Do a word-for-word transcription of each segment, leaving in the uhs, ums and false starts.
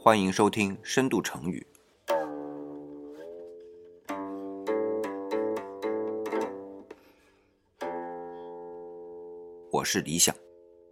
欢迎收听深度成语。我是理想。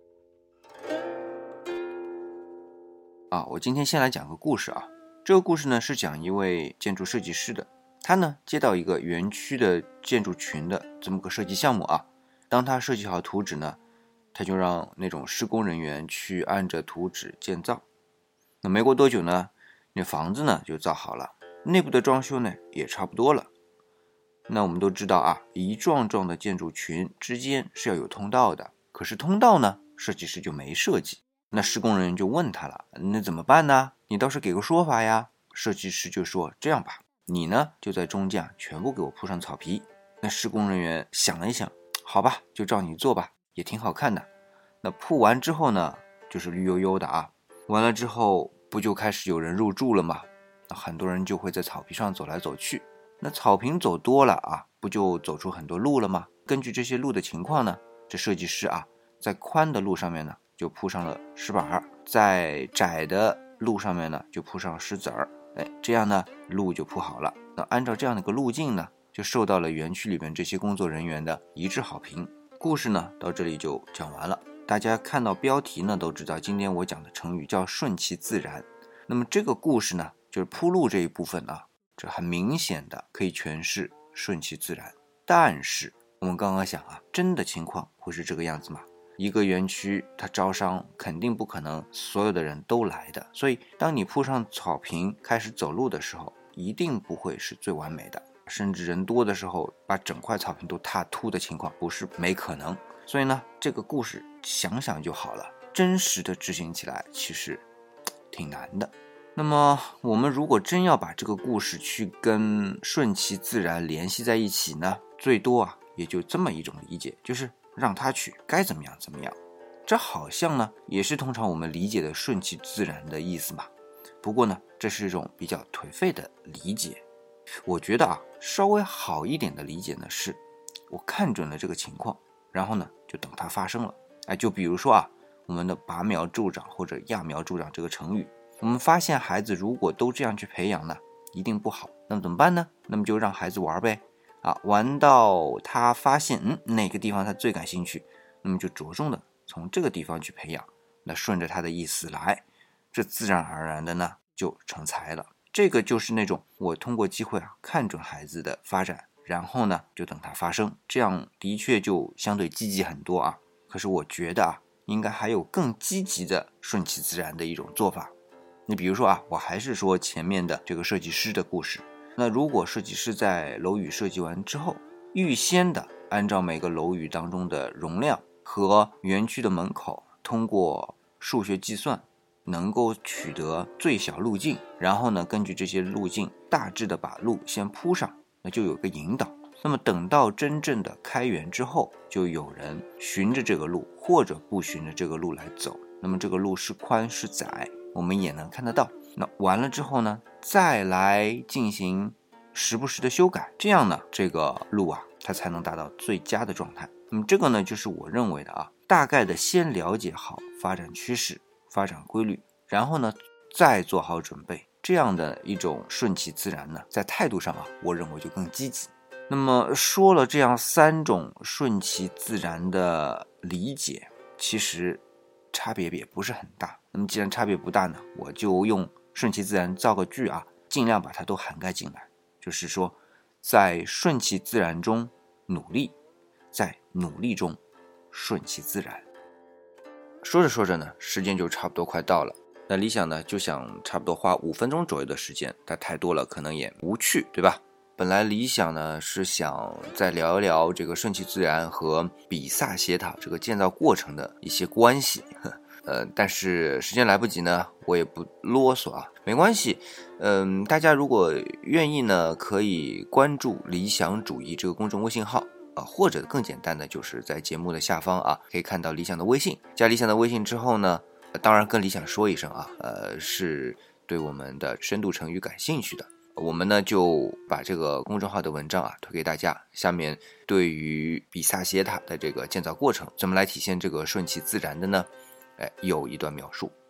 啊，我今天先来讲个故事啊。这个故事呢是讲一位建筑设计师的，他呢接到一个园区的建筑群的这么个设计项目啊。当他设计好图纸呢，他就让那种施工人员去按着图纸建造。那没过多久呢，那房子呢就造好了，内部的装修呢也差不多了。那我们都知道啊，一幢幢的建筑群之间是要有通道的，可是通道呢，设计师就没设计。那施工人员就问他了，那怎么办呢？你倒是给个说法呀。设计师就说，这样吧，你呢就在中间全部给我铺上草皮。那施工人员想了一想，好吧，就照你做吧，也挺好看的。那铺完之后呢，就是绿油油的啊。完了之后不就开始有人入住了吗？那很多人就会在草皮上走来走去。那草坪走多了啊，不就走出很多路了吗？根据这些路的情况呢，这设计师啊，在宽的路上面呢就铺上了石板，在窄的路上面呢就铺上了石子儿。哎，这样呢路就铺好了。那按照这样的一个路径呢，就受到了园区里面这些工作人员的一致好评。故事呢到这里就讲完了。大家看到标题呢都知道，今天我讲的成语叫顺其自然。那么这个故事呢，就是铺路这一部分啊，这很明显的可以诠释顺其自然。但是我们刚刚想啊，真的情况会是这个样子吗？一个园区它招商肯定不可能所有的人都来的，所以当你铺上草坪开始走路的时候，一定不会是最完美的，甚至人多的时候把整块草坪都踏秃的情况不是没可能。所以呢，这个故事想想就好了，真实的执行起来其实挺难的。那么我们如果真要把这个故事去跟顺其自然联系在一起呢，最多啊也就这么一种理解，就是让他去该怎么样怎么样。这好像呢也是通常我们理解的顺其自然的意思嘛。不过呢，这是一种比较颓废的理解。我觉得啊，稍微好一点的理解呢是，我看准了这个情况，然后呢就等它发生了。哎，就比如说啊，我们的拔苗助长或者揠苗助长这个成语，我们发现孩子如果都这样去培养呢，一定不好。那么怎么办呢？那么就让孩子玩呗。啊，玩到他发现嗯哪个地方他最感兴趣，那么就着重的从这个地方去培养，那顺着他的意思来，这自然而然的呢就成才了。这个就是那种我通过机会啊看准孩子的发展，然后呢就等它发生，这样的确就相对积极很多啊。可是我觉得啊，应该还有更积极的顺其自然的一种做法。你比如说啊，我还是说前面的这个设计师的故事。那如果设计师在楼宇设计完之后，预先的按照每个楼宇当中的容量和园区的门口，通过数学计算能够取得最小路径，然后呢根据这些路径大致的把路先铺上，那就有个引导。那么等到真正的开园之后，就有人循着这个路或者不循着这个路来走，那么这个路是宽是窄我们也能看得到。那完了之后呢，再来进行时不时的修改，这样呢这个路啊它才能达到最佳的状态。那么这个呢就是我认为的啊，大概的先了解好发展趋势发展规律，然后呢再做好准备，这样的一种顺其自然呢，在态度上啊我认为就更积极。那么说了这样三种顺其自然的理解，其实差别也不是很大。那么既然差别不大呢，我就用顺其自然造个句啊，尽量把它都涵盖进来。就是说，在顺其自然中努力，在努力中顺其自然。说着说着呢，时间就差不多快到了。那理想呢就想差不多花五分钟左右的时间，但太多了可能也无趣，对吧？本来理想呢是想再聊一聊这个顺其自然和比萨斜塔这个建造过程的一些关系，呃，但是时间来不及呢，我也不啰嗦啊，没关系。嗯、呃，大家如果愿意呢，可以关注理想主义这个公众微信号啊，或者更简单的就是在节目的下方啊，可以看到理想的微信。加理想的微信之后呢，当然跟理想说一声啊，呃，是对我们的深度成语感兴趣的。我们呢就把这个公众号的文章啊推给大家，下面对于比萨斜塔的这个建造过程怎么来体现这个顺其自然的呢，哎，有一段描述。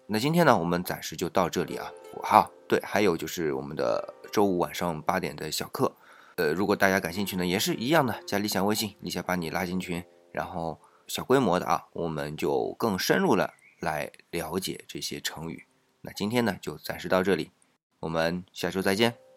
那今天呢，我们暂时就到这里啊。好，对，还有就是我们的周五晚上八点的小课，呃，如果大家感兴趣呢，也是一样的，加理想微信，理想把你拉进群，然后小规模的啊，我们就更深入了来了解这些成语。那今天呢，就暂时到这里，我们下周再见。